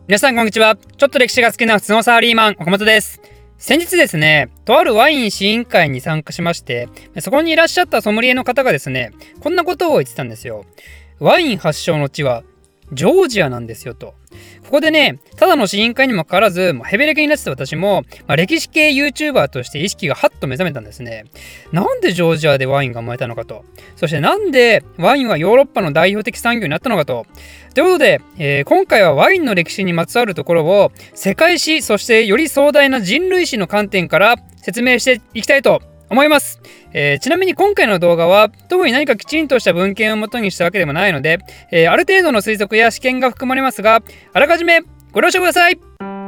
皆さんこんにちは。ちょっと歴史が好きな普通のサラリーマン岡本です。先日ですね、とあるワイン試飲会に参加しまして、そこにいらっしゃったソムリエの方がですね、こんなことを言ってたんですよ。ワイン発祥の地はジョージアなんですよと。ここでね、ただの試飲会にもかかわらず、ヘベレケになってた私も、歴史系 YouTuber として意識がハッと目覚めたんですね。なんでジョージアでワインが生まれたのかと。そしてなんでワインはヨーロッパの代表的産業になったのかと。ということで、今回はワインの歴史にまつわるところを世界史、そしてより壮大な人類史の観点から説明していきたいと思います。ちなみに今回の動画は特に何かきちんとした文献を元にしたわけでもないので、ある程度の推測や試験が含まれますが、あらかじめご了承ください。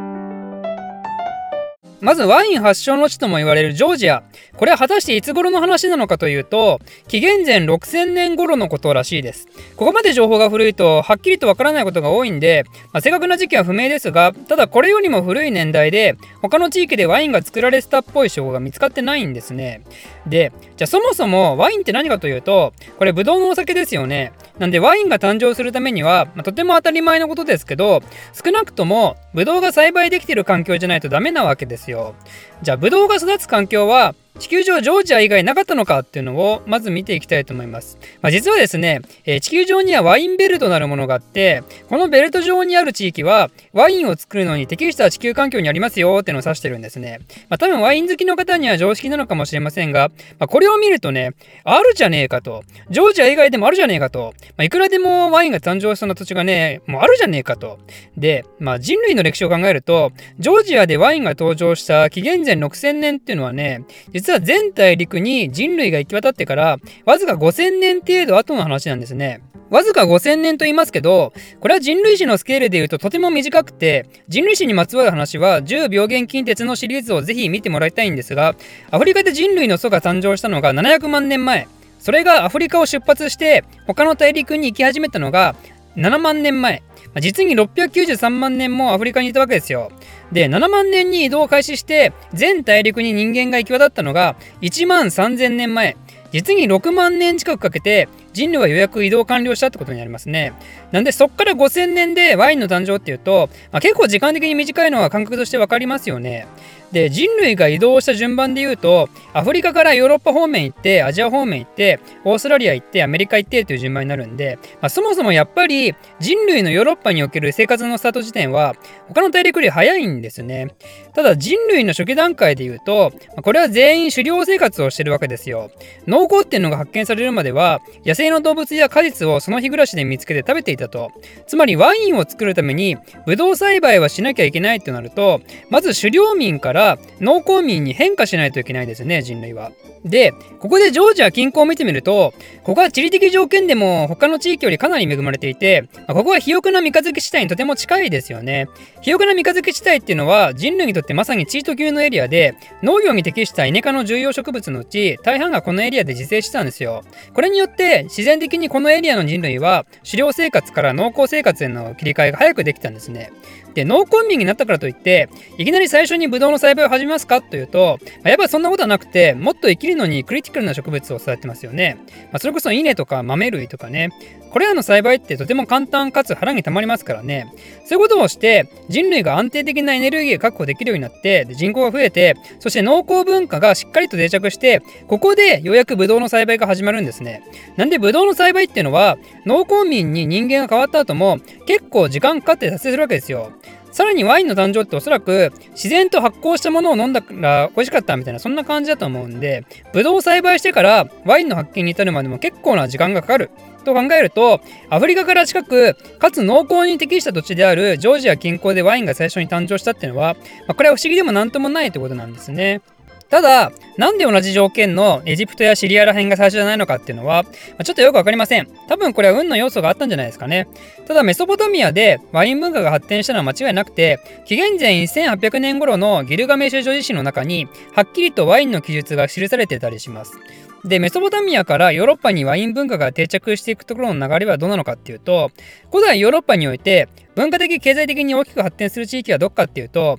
まずワイン発祥の地とも言われるジョージア。これは果たしていつ頃の話なのかというと、紀元前6000年頃のことらしいです。ここまで情報が古いとはっきりとわからないことが多いんで、正確な時期は不明ですが、ただこれよりも古い年代で他の地域でワインが作られてたっぽい証拠が見つかってないんですね。で、じゃあそもそもワインって何かというと、これブドウのお酒ですよね。なんでワインが誕生するためには、とても当たり前のことですけど、少なくともブドウが栽培できている環境じゃないとダメなわけですよ。じゃあブドウが育つ環境は地球上ジョージア以外なかったのかっていうのをまず見ていきたいと思います。実はですね、地球上にはワインベルトなるものがあって、このベルト上にある地域はワインを作るのに適した地球環境にありますよっていうのを指してるんですね。多分ワイン好きの方には常識なのかもしれませんが、これを見るとね、あるじゃねえかと、ジョージア以外でもあるじゃねえかと、いくらでもワインが誕生しそうな土地がね、もうあるじゃねえかと。で、人類の歴史を考えると、ジョージアでワインが登場した紀元前6000年っていうのはね、実は全大陸に人類が行き渡ってからわずか5000年程度後の話なんですね。わずか5000年と言いますけど、これは人類史のスケールで言うととても短くて、人類史にまつわる話は10病原菌鉄のシリーズをぜひ見てもらいたいんですが、アフリカで人類の祖が誕生したのが700万年前。それがアフリカを出発して他の大陸に行き始めたのが7万年前。実に693万年もアフリカにいたわけですよ。で、7万年に移動を開始して全大陸に人間が行き渡ったのが1万3000年前。実に6万年近くかけて人類はようやく移動完了したってことになりますね。なんでそっから5000年でワインの誕生っていうと、結構時間的に短いのは感覚として分かりますよね。で、人類が移動した順番で言うと、アフリカからヨーロッパ方面行って、アジア方面行って、オーストラリア行って、アメリカ行ってという順番になるんで、そもそもやっぱり人類のヨーロッパにおける生活のスタート時点は他の大陸より早いんですね。ただ人類の初期段階で言うと、これは全員狩猟生活をしてるわけですよ。農耕っていうのが発見されるまでは、野生の動物や果実をその日暮らしで見つけて食べていたと。つまりワインを作るためにブドウ栽培はしなきゃいけないとなると、まず狩猟民から農耕民に変化しないといけないですね、人類は。で、ここでジョージア近郊を見てみると、ここは地理的条件でも他の地域よりかなり恵まれていて、ここは肥沃な三日月地帯にとても近いですよね。肥沃な三日月地帯っていうのは人類にとってまさにチート級のエリアで、農業に適したイネ科の重要植物のうち大半がこのエリアで自生してたんですよ。これによって自然的にこのエリアの人類は狩猟生活から農耕生活への切り替えが早くできたんですね。で、農耕民になったからといっていきなり最初にブドウの栽培を始めますかというと、やっぱりそんなことはなくて、もっと生きるのにクリティカルな植物を育ててますよね。それこそ稲とか豆類とかね、これらの栽培ってとても簡単かつ腹にたまりますからね。そういうことをして人類が安定的なエネルギーを確保できるようになって、人口が増えて、そして農耕文化がしっかりと定着して、ここでようやくブドウの栽培が始まるんですね。なんでブドウの栽培っていうのは農耕民に人間が変わった後も結構時間かかって達成するわけですよ。さらにワインの誕生っておそらく自然と発酵したものを飲んだから美味しかったみたいな、そんな感じだと思うんで、ブドウを栽培してからワインの発見に至るまでも結構な時間がかかると考えると、アフリカから近くかつ農耕に適した土地であるジョージア近郊でワインが最初に誕生したっていうのは、これは不思議でもなんともないってことなんですね。ただ、なんで同じ条件のエジプトやシリアら辺が最初じゃないのかっていうのは、ちょっとよくわかりません。多分これは運の要素があったんじゃないですかね。ただメソポタミアでワイン文化が発展したのは間違いなくて、紀元前1800年頃のギルガメシュ叙事詩の中にはっきりとワインの記述が記されてたりします。で、メソポタミアからヨーロッパにワイン文化が定着していくところの流れはどうなのかっていうと、古代ヨーロッパにおいて文化的経済的に大きく発展する地域はどっかっていうと、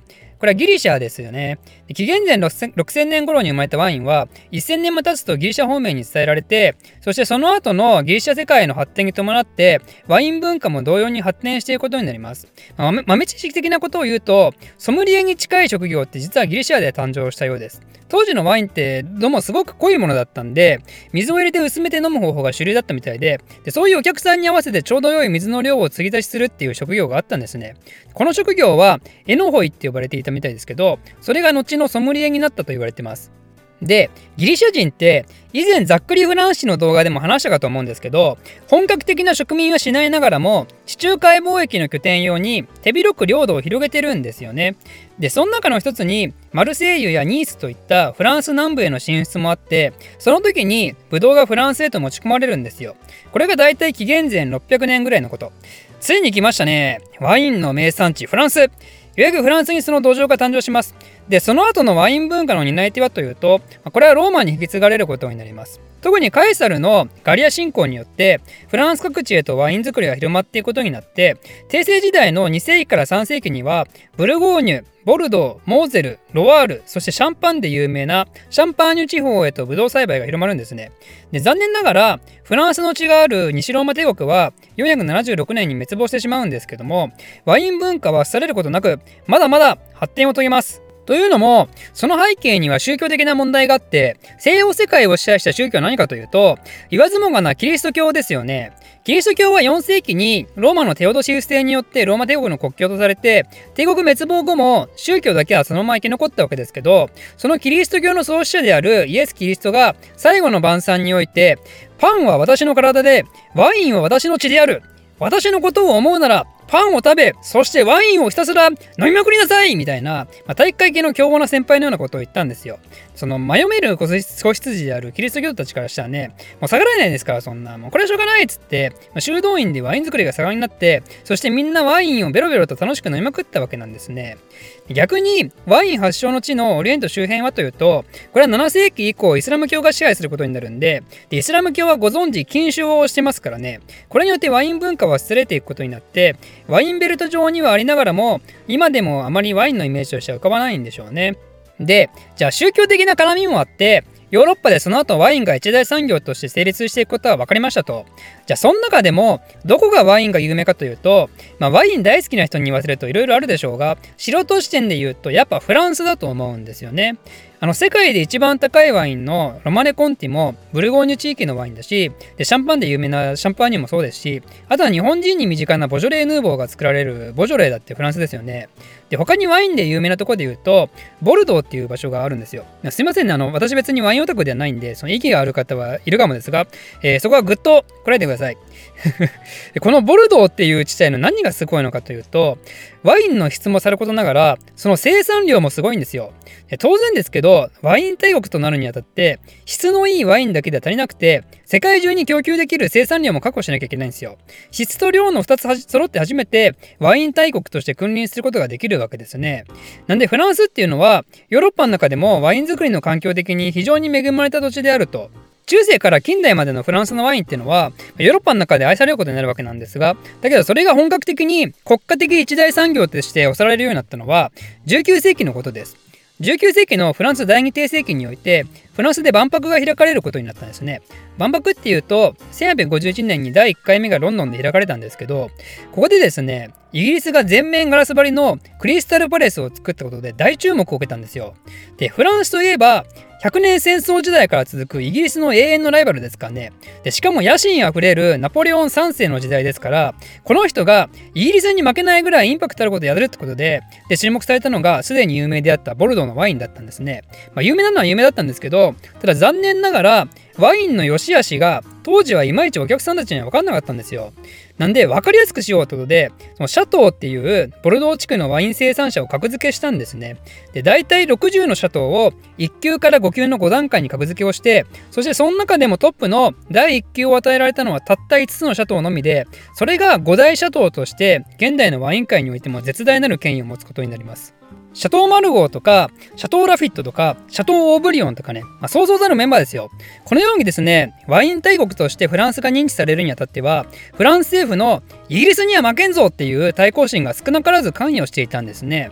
これはギリシャですよね。紀元前6000年頃に生まれたワインは1000年も経つとギリシャ方面に伝えられて、そしてその後のギリシャ世界の発展に伴ってワイン文化も同様に発展していくことになります。豆知識的なことを言うと、ソムリエに近い職業って実はギリシャで誕生したようです。当時のワインってどうもすごく濃いものだったんで、水を入れて薄めて飲む方法が主流だったみたいで、そういうお客さんに合わせてちょうど良い水の量を継ぎ足しするっていう職業があったんですね。この職業はエノホイって呼ばれていたみたいですけど、それが後のソムリエになったと言われてます。で、ギリシャ人って以前ざっくりフランス史の動画でも話したかと思うんですけど、本格的な植民はしないながらも地中海貿易の拠点用に手広く領土を広げてるんですよね。で、その中の一つにマルセイユやニースといったフランス南部への進出もあって、その時にブドウがフランスへと持ち込まれるんですよ。これがだいたい紀元前600年ぐらいのこと。ついに来ましたね。ワインの名産地フランス。ようやくフランスにその土壌が誕生します。で、その後のワイン文化の担い手はというと、これはローマに引き継がれることになります。特にカエサルのガリア侵攻によってフランス各地へとワイン作りが広まっていくことになって、帝政時代の2世紀から3世紀にはブルゴーニュ、ボルドー、モーゼル、ロワール、そしてシャンパンで有名なシャンパーニュ地方へとブドウ栽培が広まるんですね。で、残念ながらフランスの地がある西ローマ帝国は476年に滅亡してしまうんですけども、ワイン文化は廃れることなくまだまだ発展を遂げます。というのも、その背景には宗教的な問題があって、西洋世界を支配した宗教は何かというと、言わずもがなキリスト教ですよね。キリスト教は4世紀にローマのテオドシウス帝によってローマ帝国の国教とされて、帝国滅亡後も宗教だけはそのまま生き残ったわけですけど、そのキリスト教の創始者であるイエス・キリストが最後の晩餐において、パンは私の体で、ワインは私の血である。私のことを思うならパンを食べ、そしてワインをひたすら飲みまくりなさいみたいな、体育会系の凶暴な先輩のようなことを言ったんですよ。その迷める子羊であるキリスト教徒たちからしたらね、もう逆らえないですから、そんなもうこれはしょうがないっつって、修道院でワイン作りが盛んになって、そしてみんなワインをベロベロと楽しく飲みまくったわけなんですね。逆にワイン発祥の地のオリエント周辺はというと、これは7世紀以降イスラム教が支配することになるんで、イスラム教はご存知禁酒をしてますからね、これによってワイン文化は捨てられていくことになって、ワインベルト上にはありながらも今でもあまりワインのイメージとしては浮かばないんでしょうね。で、じゃあ宗教的な絡みもあって、ヨーロッパでその後ワインが一大産業として成立していくことは分かりましたと。じゃあその中でもどこがワインが有名かというと、ワイン大好きな人に言わせるといろいろあるでしょうが、素人視点で言うとやっぱフランスだと思うんですよね。世界で一番高いワインのロマネコンティもブルゴーニュ地域のワインだし、でシャンパンで有名なシャンパーニュもそうですし、あとは日本人に身近なボジョレーヌーボーが作られるボジョレーだってフランスですよね。で、他にワインで有名なところで言うとボルドーっていう場所があるんですよ。すいませんね、私別にワインオタクではないんで、その息がある方はいるかもですが、そこはぐっとこらえてください。このボルドーっていう地帯の何がすごいのかというと、ワインの質もさることながらその生産量もすごいんですよ。当然ですけど、ワイン大国となるにあたって質のいいワインだけでは足りなくて、世界中に供給できる生産量も確保しなきゃいけないんですよ。質と量の2つ揃って初めてワイン大国として君臨することができるわけですね。なんでフランスっていうのはヨーロッパの中でもワイン作りの環境的に非常に恵まれた土地であると。中世から近代までのフランスのワインっていうのはヨーロッパの中で愛されることになるわけなんですが、だけどそれが本格的に国家的一大産業として押されるようになったのは19世紀のことです。19世紀のフランス第二帝政期においてフランスで万博が開かれることになったんですね。万博っていうと1851年に第1回目がロンドンで開かれたんですけど、ここでですね、イギリスが全面ガラス張りのクリスタルパレスを作ったことで大注目を受けたんですよ。で、フランスといえば100年戦争時代から続くイギリスの永遠のライバルですからね。で、しかも野心あふれるナポレオン3世の時代ですから、この人がイギリスに負けないぐらいインパクトあることをやるってことで、注目されたのがすでに有名であったボルドーのワインだったんですね。有名なのは有名だったんですけど、ただ残念ながらワインの良し悪しが当時はいまいちお客さんたちには分かんなかったんですよ。なんで分かりやすくしようということで、そのシャトーっていうボルドー地区のワイン生産者を格付けしたんですね。で、大体60のシャトーを1級から5級の5段階に格付けをして、そしてその中でもトップの第1級を与えられたのはたった5つのシャトーのみで、それが5大シャトーとして現代のワイン界においても絶大なる権威を持つことになります。シャトーマルゴーとかシャトーラフィットとかシャトーオーブリオンとかね、そうそうたるメンバーですよ。このようにですね、ワイン大国としてフランスが認知されるにあたっては、フランス政府のイギリスには負けんぞっていう対抗心が少なからず関与していたんですね。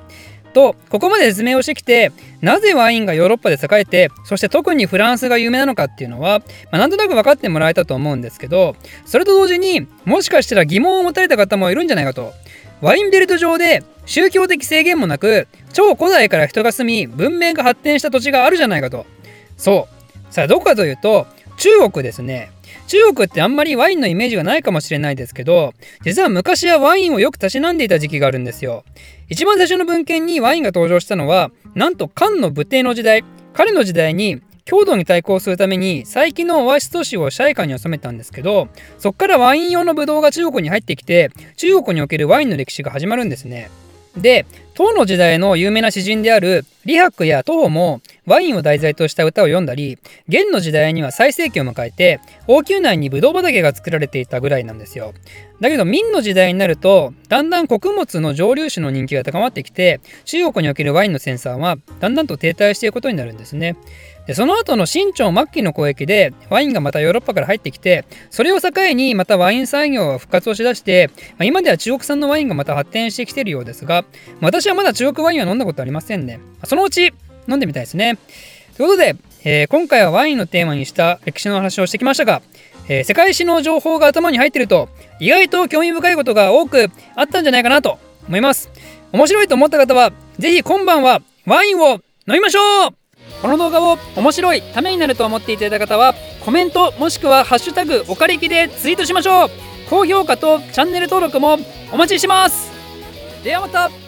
とここまで説明をしてきて、なぜワインがヨーロッパで栄えて、そして特にフランスが有名なのかっていうのは、なんとなく分かってもらえたと思うんですけど、それと同時にもしかしたら疑問を持たれた方もいるんじゃないかと。ワインベルト上で宗教的制限もなく、超古代から人が住み文明が発展した土地があるじゃないかと。そうさあ、どこかというと中国ですね。中国ってあんまりワインのイメージがないかもしれないですけど、実は昔はワインをよくたしなんでいた時期があるんですよ。一番最初の文献にワインが登場したのは、なんと漢の武帝の時代、彼の時代に強度に対抗するために最近のオアシス都市を支配下に収めたんですけど、そこからワイン用のブドウが中国に入ってきて、中国におけるワインの歴史が始まるんですね。で、唐の時代の有名な詩人である李白や杜甫もワインを題材とした歌を読んだり、元の時代には最盛期を迎えて王宮内にブドウ畑が作られていたぐらいなんですよ。だけど明の時代になると、だんだん穀物の蒸留酒の人気が高まってきて、中国におけるワインの生産はだんだんと停滞していくことになるんですね。で、その後の清朝末期の交易でワインがまたヨーロッパから入ってきて、それを境にまたワイン産業が復活をしだして、今では中国産のワインがまた発展してきているようですが、私はまだ中国ワインは飲んだことありませんね。そのうち飲んでみたいですね。ということで、今回はワインのテーマにした歴史の話をしてきましたが、世界史の情報が頭に入っていると意外と興味深いことが多くあったんじゃないかなと思います。面白いと思った方はぜひ今晩はワインを飲みましょう。この動画を面白い、ためになると思っていただいた方はコメントもしくはハッシュタグおかりきでツイートしましょう。高評価とチャンネル登録もお待ちしてます。ではまた。